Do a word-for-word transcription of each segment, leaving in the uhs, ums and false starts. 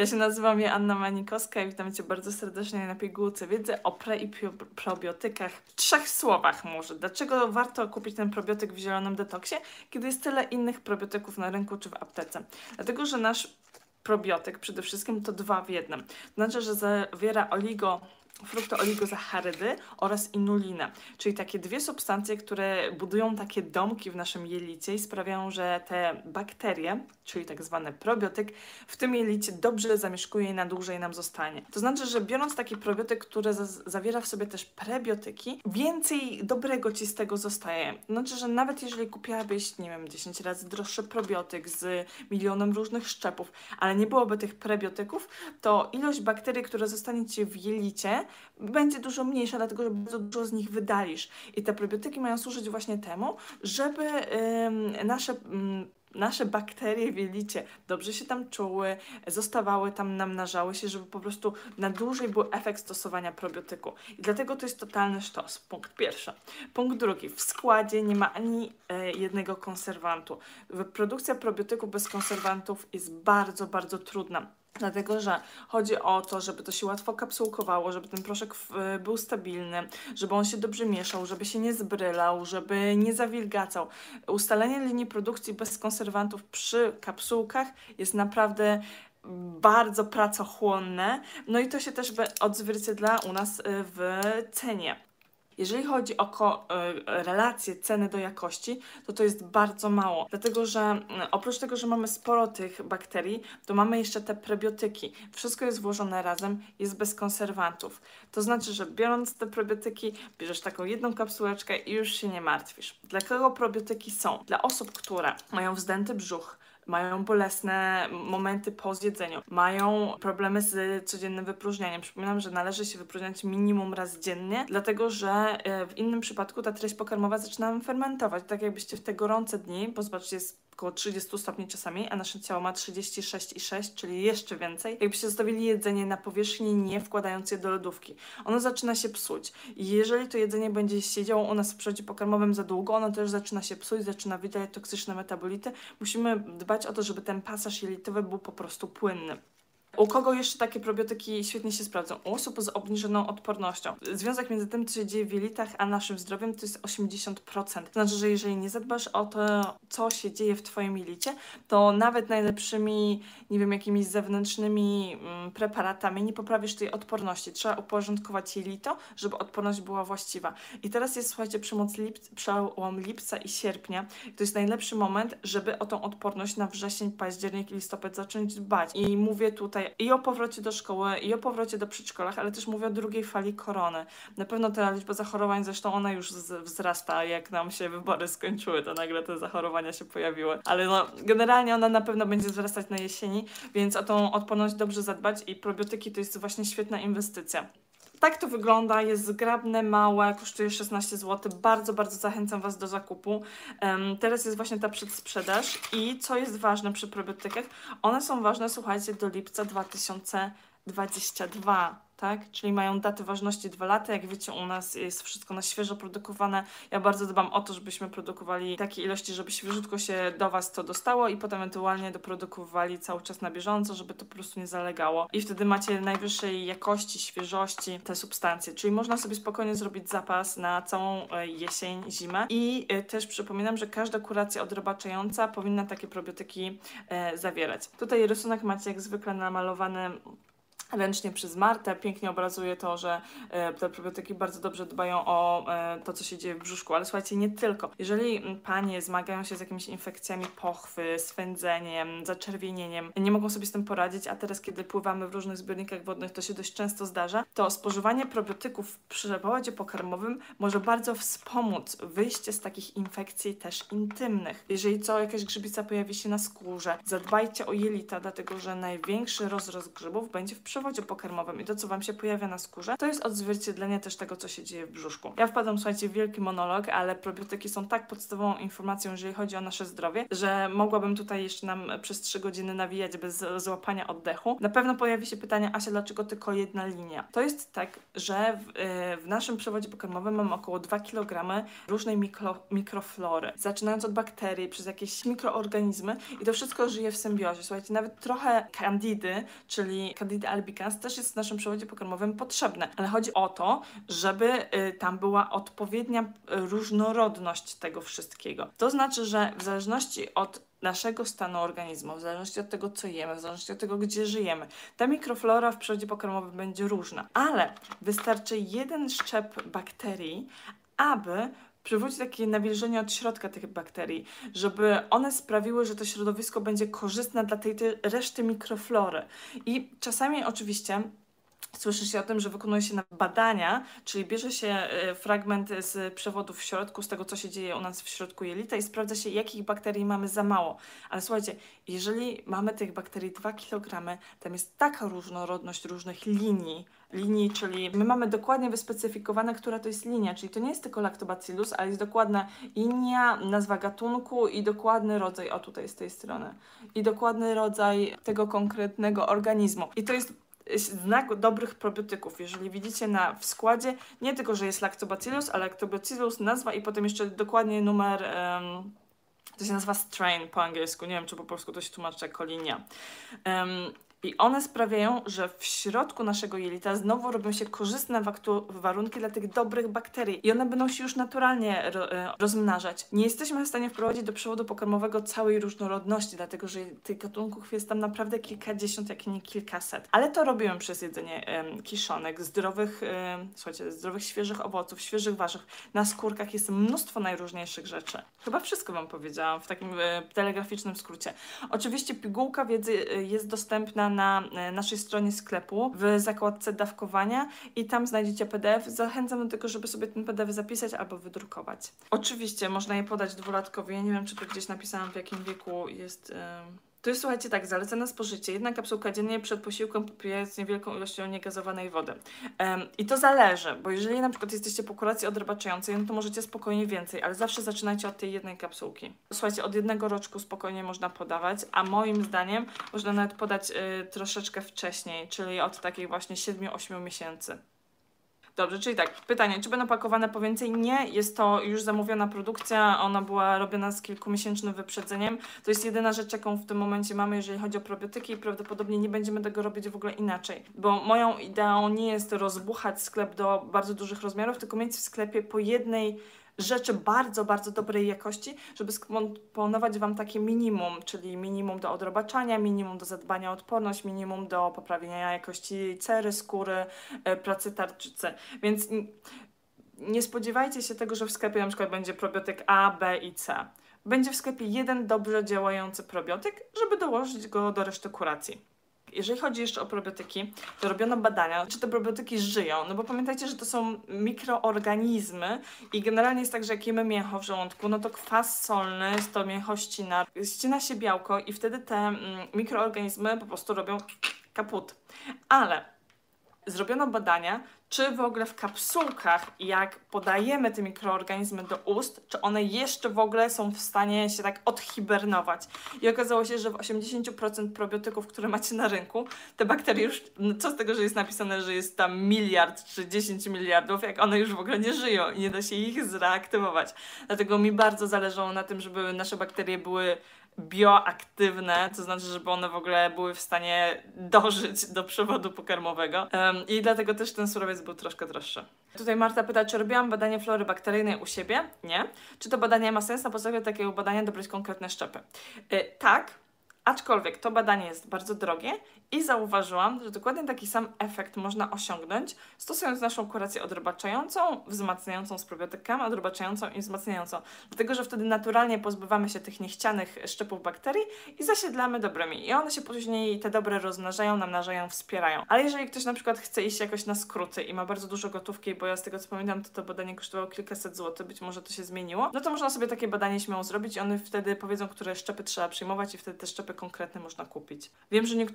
Ja się nazywam Joanna Manikowska i witam Cię bardzo serdecznie na pigułce wiedzy o pre- i probiotykach. W trzech słowach może. Dlaczego warto kupić ten probiotyk w zielonym detoksie, kiedy jest tyle innych probiotyków na rynku czy w aptece? Dlatego, że nasz probiotyk przede wszystkim to dwa w jednym. To znaczy, że zawiera oligo fruktooligozacharydy oraz inulinę, czyli takie dwie substancje, które budują takie domki w naszym jelicie i sprawiają, że te bakterie, czyli tak zwany probiotyk, w tym jelicie dobrze zamieszkuje i na dłużej nam zostanie. To znaczy, że biorąc taki probiotyk, który zawiera w sobie też prebiotyki, więcej dobrego Ci z tego zostaje. To znaczy, że nawet jeżeli kupiłabyś, nie wiem, dziesięć razy droższy probiotyk z milionem różnych szczepów, ale nie byłoby tych prebiotyków, to ilość bakterii, która zostanie Ci w jelicie, będzie dużo mniejsza, dlatego że bardzo dużo z nich wydalisz. I te probiotyki mają służyć właśnie temu, żeby ym, nasze... Ym, nasze bakterie w jelicie dobrze się tam czuły, zostawały tam, namnażały się, żeby po prostu na dłużej był efekt stosowania probiotyku. I dlatego to jest totalny sztos. Punkt pierwszy. Punkt drugi. W składzie nie ma ani e, jednego konserwantu. Produkcja probiotyków bez konserwantów jest bardzo, bardzo trudna. Dlatego, że chodzi o to, żeby to się łatwo kapsułkowało, żeby ten proszek w, był stabilny, żeby on się dobrze mieszał, żeby się nie zbrylał, żeby nie zawilgacał. Ustalenie linii produkcji bez konserwantów przy kapsułkach jest naprawdę bardzo pracochłonne, no i to się też odzwierciedla u nas w cenie. Jeżeli chodzi o ko- relację ceny do jakości, to to jest bardzo mało, dlatego że oprócz tego, że mamy sporo tych bakterii, to mamy jeszcze te prebiotyki. Wszystko jest włożone razem, jest bez konserwantów. To znaczy, że biorąc te probiotyki, bierzesz taką jedną kapsułeczkę i już się nie martwisz. Dla kogo probiotyki są? Dla osób, które mają wzdęty brzuch, mają bolesne momenty po zjedzeniu, mają problemy z codziennym wypróżnianiem. Przypominam, że należy się wypróżniać minimum raz dziennie, dlatego że w innym przypadku ta treść pokarmowa zaczyna nam fermentować. Tak jakbyście w te gorące dni, bo zobaczcie, jest około trzydzieści stopni czasami, a nasze ciało ma trzydzieści sześć i sześć, czyli jeszcze więcej. Jakbyście zostawili jedzenie na powierzchni, nie wkładając je do lodówki, ono zaczyna się psuć. I jeżeli to jedzenie będzie siedziało u nas w przewodzie pokarmowym za długo, ono też zaczyna się psuć, zaczyna wydalać toksyczne metabolity. Musimy dbać o to, żeby ten pasaż jelitowy był po prostu płynny. U kogo jeszcze takie probiotyki świetnie się sprawdzą? U osób z obniżoną odpornością. Związek między tym, co się dzieje w jelitach, a naszym zdrowiem, to jest osiemdziesiąt procent. To znaczy, że jeżeli nie zadbasz o to, co się dzieje w Twoim jelicie, to nawet najlepszymi, nie wiem, jakimiś zewnętrznymi mm, preparatami nie poprawisz tej odporności. Trzeba uporządkować jelito, żeby odporność była właściwa. I teraz jest, słuchajcie, przemoc lip- przełom lipca i sierpnia. To jest najlepszy moment, żeby o tą odporność na wrzesień, październik i listopad zacząć dbać. I mówię tutaj i o powrocie do szkoły, i o powrocie do przedszkolach, ale też mówię o drugiej fali korony. Na pewno ta liczba zachorowań, zresztą ona już z, wzrasta, jak nam się wybory skończyły, to nagle te zachorowania się pojawiły. Ale no, generalnie ona na pewno będzie wzrastać na jesieni, więc o tą odporność dobrze zadbać i probiotyki to jest właśnie świetna inwestycja. Tak to wygląda, jest zgrabne, małe, kosztuje szesnaście złotych. Bardzo, bardzo zachęcam Was do zakupu. Um, teraz jest właśnie ta przedsprzedaż i co jest ważne przy probiotykach, one są ważne, słuchajcie, do lipca dwa tysiące dwudziestego drugiego. Tak? Czyli mają daty ważności dwa lata. Jak wiecie, u nas jest wszystko na świeżo produkowane. Ja bardzo dbam o to, żebyśmy produkowali takie ilości, żeby świeżutko się do Was to dostało i potem ewentualnie doprodukowali cały czas na bieżąco, żeby to po prostu nie zalegało. I wtedy macie najwyższej jakości, świeżości te substancje. Czyli można sobie spokojnie zrobić zapas na całą jesień, zimę. I też przypominam, że każda kuracja odrobaczająca powinna takie probiotyki e, zawierać. Tutaj rysunek macie jak zwykle namalowany ręcznie przez Martę. Pięknie obrazuje to, że e, te probiotyki bardzo dobrze dbają o e, to, co się dzieje w brzuszku. Ale słuchajcie, nie tylko. Jeżeli panie zmagają się z jakimiś infekcjami pochwy, swędzeniem, zaczerwienieniem, nie mogą sobie z tym poradzić, a teraz, kiedy pływamy w różnych zbiornikach wodnych, to się dość często zdarza, to spożywanie probiotyków w przewodzie pokarmowym może bardzo wspomóc wyjście z takich infekcji też intymnych. Jeżeli co, jakaś grzybica pojawi się na skórze, zadbajcie o jelita, dlatego że największy rozrost grzybów będzie w przewodzie przewodzie pokarmowym i to, co Wam się pojawia na skórze, to jest odzwierciedlenie też tego, co się dzieje w brzuszku. Ja wpadam, słuchajcie, w wielki monolog, ale probiotyki są tak podstawową informacją, jeżeli chodzi o nasze zdrowie, że mogłabym tutaj jeszcze nam przez trzy godziny nawijać bez złapania oddechu. Na pewno pojawi się pytanie: Asia, dlaczego tylko jedna linia? To jest tak, że w, yy, w naszym przewodzie pokarmowym mamy około dwa kilogramy różnej mikro, mikroflory. Zaczynając od bakterii, przez jakieś mikroorganizmy i to wszystko żyje w symbiozie. Słuchajcie, nawet trochę candidy, czyli Candida albicans, też jest w naszym przewodzie pokarmowym potrzebne. Ale chodzi o to, żeby y, tam była odpowiednia y, różnorodność tego wszystkiego. To znaczy, że w zależności od naszego stanu organizmu, w zależności od tego, co jemy, w zależności od tego, gdzie żyjemy, ta mikroflora w przewodzie pokarmowym będzie różna. Ale wystarczy jeden szczep bakterii, aby przywrócić takie nawilżenie od środka tych bakterii, żeby one sprawiły, że to środowisko będzie korzystne dla tej, tej reszty mikroflory. I czasami oczywiście słyszy się o tym, że wykonuje się na badania, czyli bierze się y, fragment z przewodu w środku, z tego, co się dzieje u nas w środku jelita i sprawdza się, jakich bakterii mamy za mało. Ale słuchajcie, jeżeli mamy tych bakterii dwa kilogramy, tam jest taka różnorodność różnych linii, linii, czyli my mamy dokładnie wyspecyfikowane, która to jest linia, czyli to nie jest tylko Lactobacillus, ale jest dokładna linia, nazwa gatunku i dokładny rodzaj, o tutaj z tej strony, i dokładny rodzaj tego konkretnego organizmu. I to jest znak dobrych probiotyków. Jeżeli widzicie na w składzie, nie tylko, że jest Lactobacillus, ale Lactobacillus, nazwa i potem jeszcze dokładnie numer, um, to się nazywa strain po angielsku, nie wiem, czy po polsku to się tłumaczy jako linia. Um, I one sprawiają, że w środku naszego jelita znowu robią się korzystne warunki dla tych dobrych bakterii i one będą się już naturalnie ro rozmnażać. Nie jesteśmy w stanie wprowadzić do przewodu pokarmowego całej różnorodności, dlatego że tych gatunków jest tam naprawdę kilkadziesiąt, jak nie kilkaset. Ale to robimy przez jedzenie em, kiszonek, zdrowych, em, słuchajcie, zdrowych, świeżych owoców, świeżych warzyw. Na skórkach jest mnóstwo najróżniejszych rzeczy. Chyba wszystko Wam powiedziałam w takim e, telegraficznym skrócie. Oczywiście pigułka wiedzy e, jest dostępna na naszej stronie sklepu w zakładce dawkowania i tam znajdziecie P D F. Zachęcam do tego, żeby sobie ten P D F zapisać albo wydrukować. Oczywiście można je podać dwulatkowi. Ja nie wiem, czy to gdzieś napisałam, w jakim wieku jest... Yy... To jest, słuchajcie, tak, zalecane spożycie. Jedna kapsułka dziennie przed posiłkiem, popijając niewielką ilością niegazowanej wody. Um, I to zależy, bo jeżeli na przykład jesteście po kolacji odrobaczającej, no to możecie spokojnie więcej, ale zawsze zaczynajcie od tej jednej kapsułki. Słuchajcie, od jednego roczku spokojnie można podawać, a moim zdaniem można nawet podać y, troszeczkę wcześniej, czyli od takich właśnie siedmiu ośmiu miesięcy. Dobrze, czyli tak, pytanie, czy będą pakowane po więcej? Nie, jest to już zamówiona produkcja, ona była robiona z kilkumiesięcznym wyprzedzeniem. To jest jedyna rzecz, jaką w tym momencie mamy, jeżeli chodzi o probiotyki i prawdopodobnie nie będziemy tego robić w ogóle inaczej. Bo moją ideą nie jest rozbuchać sklep do bardzo dużych rozmiarów, tylko mieć w sklepie po jednej rzeczy bardzo, bardzo dobrej jakości, żeby skomponować Wam takie minimum, czyli minimum do odrobaczania, minimum do zadbania o odporność, minimum do poprawienia jakości cery, skóry, pracy tarczycy. Więc nie spodziewajcie się tego, że w sklepie na przykład będzie probiotyk A, B i C. Będzie w sklepie jeden dobrze działający probiotyk, żeby dołożyć go do reszty kuracji. Jeżeli chodzi jeszcze o probiotyki, to robiono badania, czy te probiotyki żyją, no bo pamiętajcie, że to są mikroorganizmy i generalnie jest tak, że jak jemy mięcho w żołądku, no to kwas solny, jest to mięchościna, ścina się białko i wtedy te mm, mikroorganizmy po prostu robią kaput. Ale zrobiono badania, czy w ogóle w kapsułkach, jak podajemy te mikroorganizmy do ust, czy one jeszcze w ogóle są w stanie się tak odhibernować. I okazało się, że w osiemdziesięciu procentach probiotyków, które macie na rynku, te bakterie już, no co z tego, że jest napisane, że jest tam miliard czy dziesięć miliardów, jak one już w ogóle nie żyją i nie da się ich zreaktywować. Dlatego mi bardzo zależało na tym, żeby nasze bakterie były bioaktywne, to znaczy, żeby one w ogóle były w stanie dożyć do przewodu pokarmowego. Um, I dlatego też ten surowiec był troszkę droższy. Tutaj Marta pyta, czy robiłam badanie flory bakteryjnej u siebie? Nie. Czy to badanie ma sens? Na podstawie takiego badania dobrać konkretne szczepy? Yy, tak, aczkolwiek to badanie jest bardzo drogie i zauważyłam, że dokładnie taki sam efekt można osiągnąć, stosując naszą kurację odrobaczającą, wzmacniającą z probiotykami, odrobaczającą i wzmacniającą. Dlatego, że wtedy naturalnie pozbywamy się tych niechcianych szczepów bakterii i zasiedlamy dobrymi. I one się później, te dobre rozmnażają, namnażają, wspierają. Ale jeżeli ktoś na przykład chce iść jakoś na skróty i ma bardzo dużo gotówki, bo ja z tego co pamiętam, to to badanie kosztowało kilkaset złotych, być może to się zmieniło, no to można sobie takie badanie śmiało zrobić i one wtedy powiedzą, które szczepy trzeba przyjmować i wtedy te szczepy konkretne można kupić. Wiem, że niektórzy diety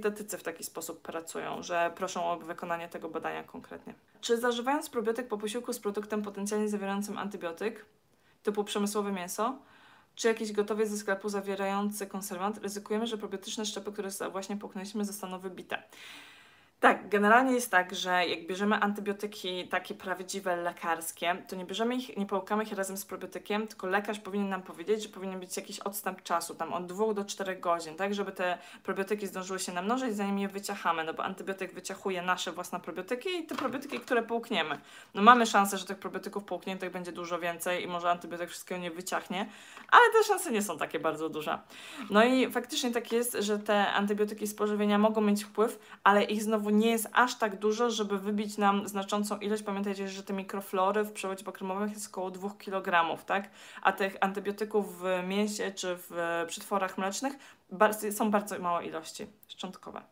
dietetycy w taki sposób pracują, że proszą o wykonanie tego badania konkretnie. Czy zażywając probiotyk po posiłku z produktem potencjalnie zawierającym antybiotyk, typu przemysłowe mięso, czy jakiś gotowiec ze sklepu zawierający konserwant, ryzykujemy, że probiotyczne szczepy, które właśnie połknęliśmy, zostaną wybite? Tak, generalnie jest tak, że jak bierzemy antybiotyki takie prawdziwe, lekarskie, to nie bierzemy ich, nie połykamy ich razem z probiotykiem, tylko lekarz powinien nam powiedzieć, że powinien być jakiś odstęp czasu, tam od dwóch do czterech godzin, tak, żeby te probiotyki zdążyły się namnożyć, zanim je wyciachamy, no bo antybiotyk wyciachuje nasze własne probiotyki i te probiotyki, które połkniemy. No mamy szansę, że tych probiotyków połkniętych będzie dużo więcej i może antybiotyk wszystkiego nie wyciachnie, ale te szanse nie są takie bardzo duże. No i faktycznie tak jest, że te antybiotyki z pożywienia mogą mieć wpływ, ale ich znowu nie jest aż tak dużo, żeby wybić nam znaczącą ilość. Pamiętajcie, że te mikroflory w przewodzie pokarmowym jest około dwóch kilogramów, tak? A tych antybiotyków w mięsie czy w przetworach mlecznych bardzo, są bardzo małe ilości, szczątkowe.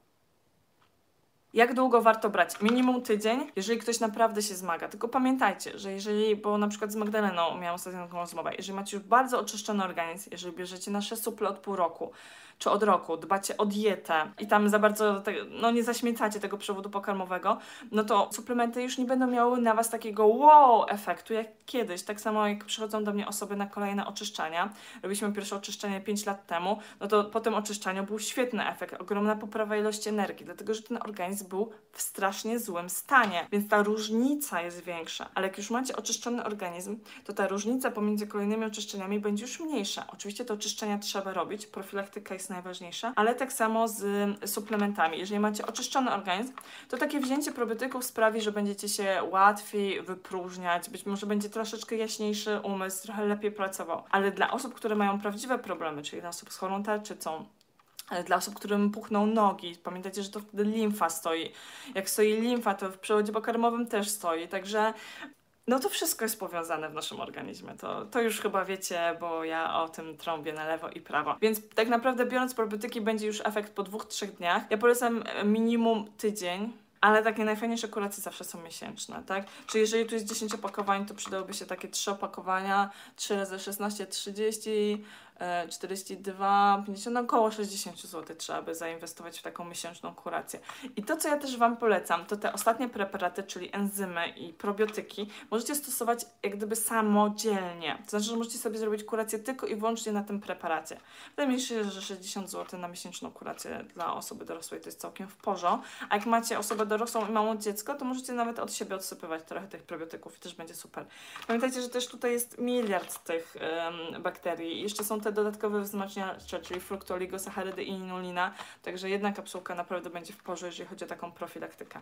Jak długo warto brać? Minimum tydzień, jeżeli ktoś naprawdę się zmaga. Tylko pamiętajcie, że jeżeli, bo na przykład z Magdaleną miałam ostatnio taką rozmowę, jeżeli macie już bardzo oczyszczony organizm, jeżeli bierzecie nasze suple od pół roku, czy od roku, dbacie o dietę i tam za bardzo, te, no nie zaśmiecacie tego przewodu pokarmowego, no to suplementy już nie będą miały na Was takiego wow efektu jak kiedyś. Tak samo jak przychodzą do mnie osoby na kolejne oczyszczania. Robiliśmy pierwsze oczyszczenie pięć lat temu, no to po tym oczyszczaniu był świetny efekt, ogromna poprawa ilości energii, dlatego że ten organizm był w strasznie złym stanie, więc ta różnica jest większa. Ale jak już macie oczyszczony organizm, to ta różnica pomiędzy kolejnymi oczyszczeniami będzie już mniejsza. Oczywiście te oczyszczenia trzeba robić, profilaktyka jest najważniejsza, ale tak samo z suplementami. Jeżeli macie oczyszczony organizm, to takie wzięcie probiotyków sprawi, że będziecie się łatwiej wypróżniać, być może będzie troszeczkę jaśniejszy umysł, trochę lepiej pracował. Ale dla osób, które mają prawdziwe problemy, czyli dla osób z chorą tarczycą, dla osób, którym puchną nogi, pamiętajcie, że to wtedy limfa stoi. Jak stoi limfa, to w przewodzie pokarmowym też stoi, także no to wszystko jest powiązane w naszym organizmie. To, to już chyba wiecie, bo ja o tym trąbię na lewo i prawo. Więc tak naprawdę biorąc probiotyki będzie już efekt po dwóch, trzech dniach. Ja polecam minimum tydzień. Ale takie najfajniejsze kuracje zawsze są miesięczne, tak? Czyli jeżeli tu jest dziesięć opakowań, to przydałyby się takie trzy opakowania, trzy razy szesnaście, trzydzieści, czterdzieści dwa, pięćdziesiąt, no około sześćdziesiąt złotych trzeba by zainwestować w taką miesięczną kurację. I to, co ja też Wam polecam, to te ostatnie preparaty, czyli enzymy i probiotyki, możecie stosować jak gdyby samodzielnie. To znaczy, że możecie sobie zrobić kurację tylko i wyłącznie na tym preparacie. Wydaje mi się, że sześćdziesiąt złotych na miesięczną kurację dla osoby dorosłej to jest całkiem w porządku. A jak macie osobę dorosłą i małe dziecko, to możecie nawet od siebie odsypywać trochę tych probiotyków i też będzie super. Pamiętajcie, że też tutaj jest miliard tych um, bakterii. Jeszcze są te dodatkowe wzmacniacze, czyli fruktooligosacharydy i inulina, także jedna kapsułka naprawdę będzie w porządku, jeżeli chodzi o taką profilaktykę.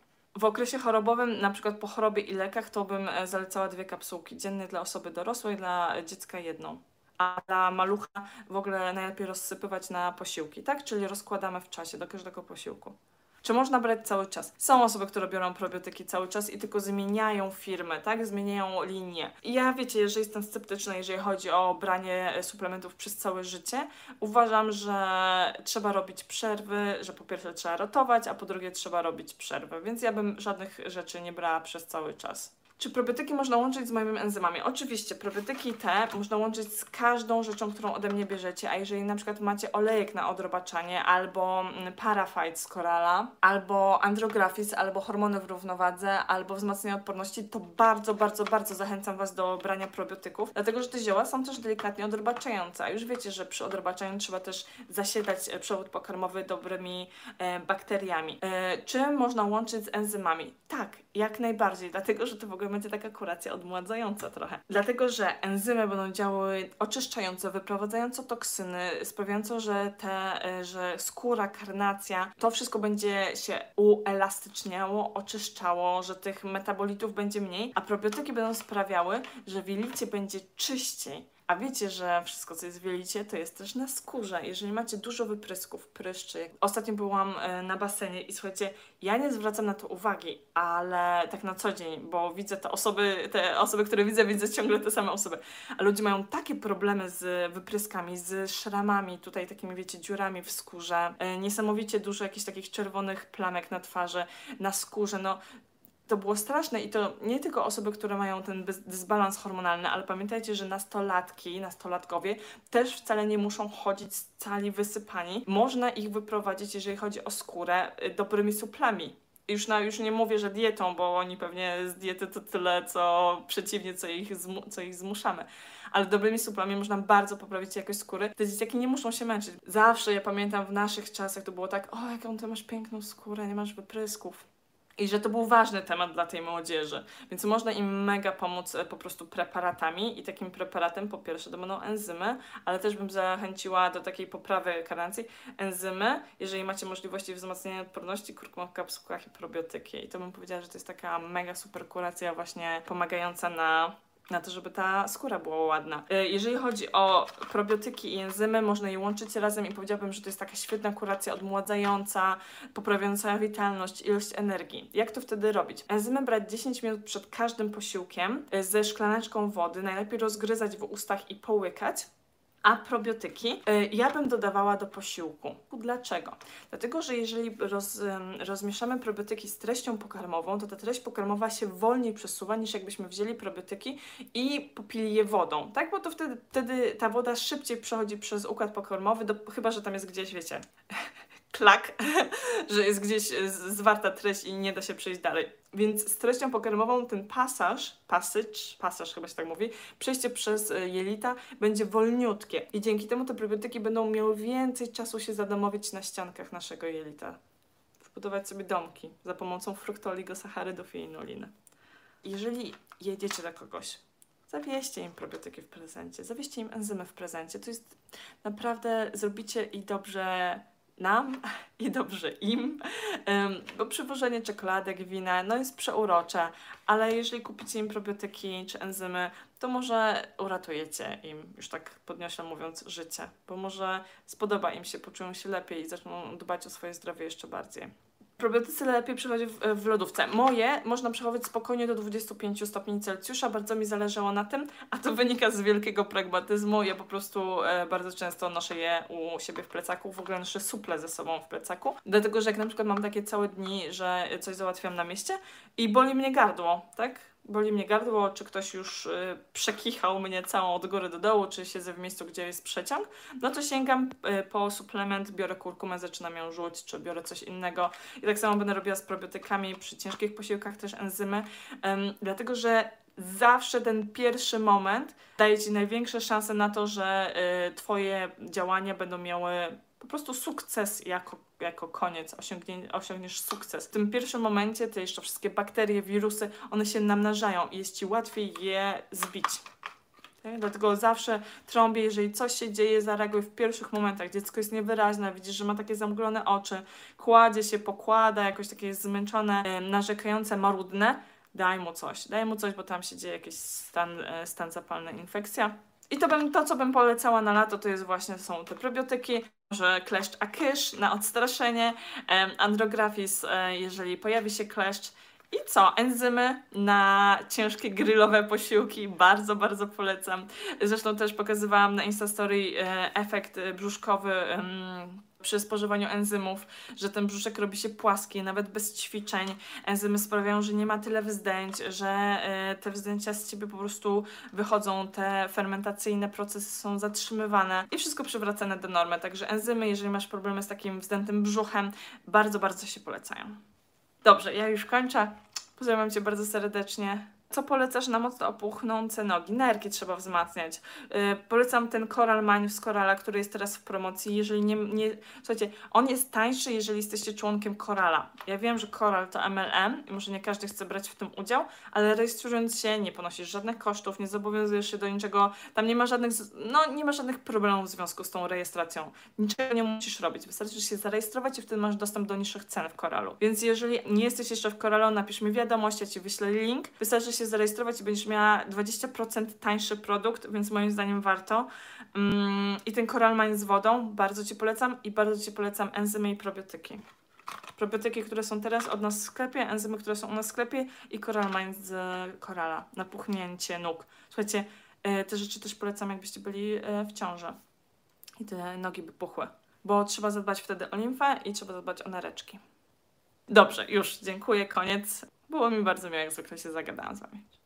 W okresie chorobowym, na przykład po chorobie i lekach, to bym zalecała dwie kapsułki dziennie dla osoby dorosłej, dla dziecka jedną. A dla malucha w ogóle najlepiej rozsypywać na posiłki, tak? Czyli rozkładamy w czasie do każdego posiłku. Czy można brać cały czas? Są osoby, które biorą probiotyki cały czas i tylko zmieniają firmę, tak? Zmieniają linię. I ja, wiecie, jeżeli jestem sceptyczna, jeżeli chodzi o branie suplementów przez całe życie, uważam, że trzeba robić przerwy, że po pierwsze trzeba rotować, a po drugie trzeba robić przerwy, więc ja bym żadnych rzeczy nie brała przez cały czas. Czy probiotyki można łączyć z moimi enzymami? Oczywiście, probiotyki te można łączyć z każdą rzeczą, którą ode mnie bierzecie, a jeżeli na przykład macie olejek na odrobaczanie, albo Parafite z Corala, albo Andrografis, albo hormony w równowadze, albo wzmacnianie odporności, to bardzo, bardzo, bardzo zachęcam Was do brania probiotyków, dlatego że te zioła są też delikatnie odrobaczające, a już wiecie, że przy odrobaczaniu trzeba też zasiedlać przewód pokarmowy dobrymi e, bakteriami. E, czy można łączyć z enzymami? Tak, jak najbardziej, dlatego że to w ogóle będzie taka kuracja odmładzająca trochę. Dlatego, że enzymy będą działały oczyszczająco, wyprowadzająco toksyny, sprawiająco, że te, że skóra, karnacja, to wszystko będzie się uelastyczniało, oczyszczało, że tych metabolitów będzie mniej, a probiotyki będą sprawiały, że w jelicie będzie czyściej. A wiecie, że wszystko, co jest w jelicie, to jest też na skórze. Jeżeli macie dużo wyprysków, pryszczy. Ostatnio byłam na basenie i słuchajcie, ja nie zwracam na to uwagi, ale tak na co dzień, bo widzę te osoby, te osoby, które widzę, widzę ciągle te same osoby. A ludzie mają takie problemy z wypryskami, z szramami, tutaj takimi, wiecie, dziurami w skórze. Niesamowicie dużo jakichś takich czerwonych plamek na twarzy, na skórze, no. To było straszne i to nie tylko osoby, które mają ten dysbalans hormonalny, ale pamiętajcie, że nastolatki, nastolatkowie też wcale nie muszą chodzić cali wysypani. Można ich wyprowadzić, jeżeli chodzi o skórę, dobrymi suplami. Już, na, już nie mówię, że dietą, bo oni pewnie z diety to tyle, co przeciwnie, co ich, zmu, co ich zmuszamy. Ale dobrymi suplami można bardzo poprawić jakość skóry. Te dzieciaki nie muszą się męczyć. Zawsze, ja pamiętam, w naszych czasach to było tak, o, jaką ty masz piękną skórę, nie masz wyprysków. I że to był ważny temat dla tej młodzieży, więc można im mega pomóc po prostu preparatami i takim preparatem po pierwsze to będą enzymy, ale też bym zachęciła do takiej poprawy karencji enzymy, jeżeli macie możliwości wzmacniania odporności, kurkuma w kapsułkach i probiotyki. I to bym powiedziała, że to jest taka mega super kuracja właśnie pomagająca na na to, żeby ta skóra była ładna. Jeżeli chodzi o probiotyki i enzymy, można je łączyć razem i powiedziałabym, że to jest taka świetna kuracja odmładzająca, poprawiająca witalność, ilość energii. Jak to wtedy robić? Enzymy brać dziesięć minut przed każdym posiłkiem ze szklaneczką wody, najlepiej rozgryzać w ustach i połykać. A probiotyki ja bym dodawała do posiłku. Dlaczego? Dlatego, że jeżeli roz, rozmieszamy probiotyki z treścią pokarmową, to ta treść pokarmowa się wolniej przesuwa, niż jakbyśmy wzięli probiotyki i popili je wodą, tak? Bo to wtedy, wtedy ta woda szybciej przechodzi przez układ pokarmowy, do, chyba że tam jest gdzieś, wiecie, klak, że jest gdzieś zwarta treść i nie da się przejść dalej. Więc z treścią pokarmową ten pasaż, passage, pasaż chyba się tak mówi, przejście przez jelita będzie wolniutkie i dzięki temu te probiotyki będą miały więcej czasu się zadomowić na ściankach naszego jelita. Wbudować sobie domki za pomocą fruktoligosacharydów i inuliny. Jeżeli jedziecie do kogoś, zawieźcie im probiotyki w prezencie, zawieźcie im enzymy w prezencie. To jest naprawdę, zrobicie i dobrze nam i dobrze im, um, bo przywożenie czekoladek, wina, no jest przeurocze, ale jeżeli kupicie im probiotyki czy enzymy, to może uratujecie im, już tak podniośle mówiąc, życie, bo może spodoba im się, poczują się lepiej i zaczną dbać o swoje zdrowie jeszcze bardziej. Probiotycy lepiej przechodzić w, w lodówce. Moje można przechowywać spokojnie do dwudziestu pięciu stopni Celsjusza, bardzo mi zależało na tym, a to wynika z wielkiego pragmatyzmu. Ja po prostu e, bardzo często noszę je u siebie w plecaku, w ogóle noszę suple ze sobą w plecaku, dlatego że jak na przykład mam takie całe dni, że coś załatwiam na mieście i boli mnie gardło, tak? Boli mnie gardło, czy ktoś już y, przekichał mnie całą od góry do dołu, czy siedzę w miejscu, gdzie jest przeciąg, no to sięgam y, po suplement, biorę kurkumę, zaczynam ją żuć, czy biorę coś innego. I tak samo będę robiła z probiotykami, przy ciężkich posiłkach też enzymy, ym, dlatego że zawsze ten pierwszy moment daje Ci największe szanse na to, że y, Twoje działania będą miały po prostu sukces jako, jako koniec, osiągnie, osiągniesz sukces. W tym pierwszym momencie te jeszcze wszystkie bakterie, wirusy, one się namnażają i jest Ci łatwiej je zbić. Tak? Dlatego zawsze trąbię, jeżeli coś się dzieje, zareaguj w pierwszych momentach. Dziecko jest niewyraźne, widzisz, że ma takie zamglone oczy, kładzie się, pokłada, jakoś takie jest zmęczone, narzekające, marudne. Daj mu coś, daj mu coś, bo tam się dzieje jakiś stan, stan zapalny, infekcja. I to, bym, to, co bym polecała na lato, to jest właśnie, są te probiotyki, może kleszcz akysz na odstraszenie, andrografis, jeżeli pojawi się kleszcz. I co? Enzymy na ciężkie grillowe posiłki. Bardzo, bardzo polecam. Zresztą też pokazywałam na Instastory efekt brzuszkowy przy spożywaniu enzymów, że ten brzuszek robi się płaski, nawet bez ćwiczeń. Enzymy sprawiają, że nie ma tyle wzdęć, że te wzdęcia z Ciebie po prostu wychodzą, te fermentacyjne procesy są zatrzymywane i wszystko przywracane do normy. Także enzymy, jeżeli masz problemy z takim wzdętym brzuchem, bardzo, bardzo się polecają. Dobrze, ja już kończę. Pozdrawiam Cię bardzo serdecznie. Co polecasz na mocno opuchnące nogi? Nerki trzeba wzmacniać. Yy, polecam ten Coral Mine z Corala, który jest teraz w promocji. Jeżeli nie, nie... Słuchajcie, on jest tańszy, jeżeli jesteście członkiem Corala. Ja wiem, że Coral to M L M i może nie każdy chce brać w tym udział, ale rejestrując się nie ponosisz żadnych kosztów, nie zobowiązujesz się do niczego. Tam nie ma żadnych, no, nie ma żadnych problemów w związku z tą rejestracją. Niczego nie musisz robić. Wystarczy się zarejestrować i wtedy masz dostęp do niższych cen w Coralu. Więc jeżeli nie jesteś jeszcze w Coralu, napisz mi wiadomość, ja Ci wyślę link. Wystarczy się zarejestrować i będziesz miała dwadzieścia procent tańszy produkt, więc moim zdaniem warto. Mm, I ten Coral Mine z wodą, bardzo Ci polecam i bardzo Ci polecam enzymy i probiotyki. Probiotyki, które są teraz od nas w sklepie, enzymy, które są u nas w sklepie i Coral Mine z Corala, napuchnięcie nóg. Słuchajcie, te rzeczy też polecam, jakbyście byli w ciąży i te nogi by puchły, bo trzeba zadbać wtedy o limfę i trzeba zadbać o nereczki. Dobrze, już, dziękuję, koniec. Było mi bardzo miło, jak zwykle się zagadałam z Wami.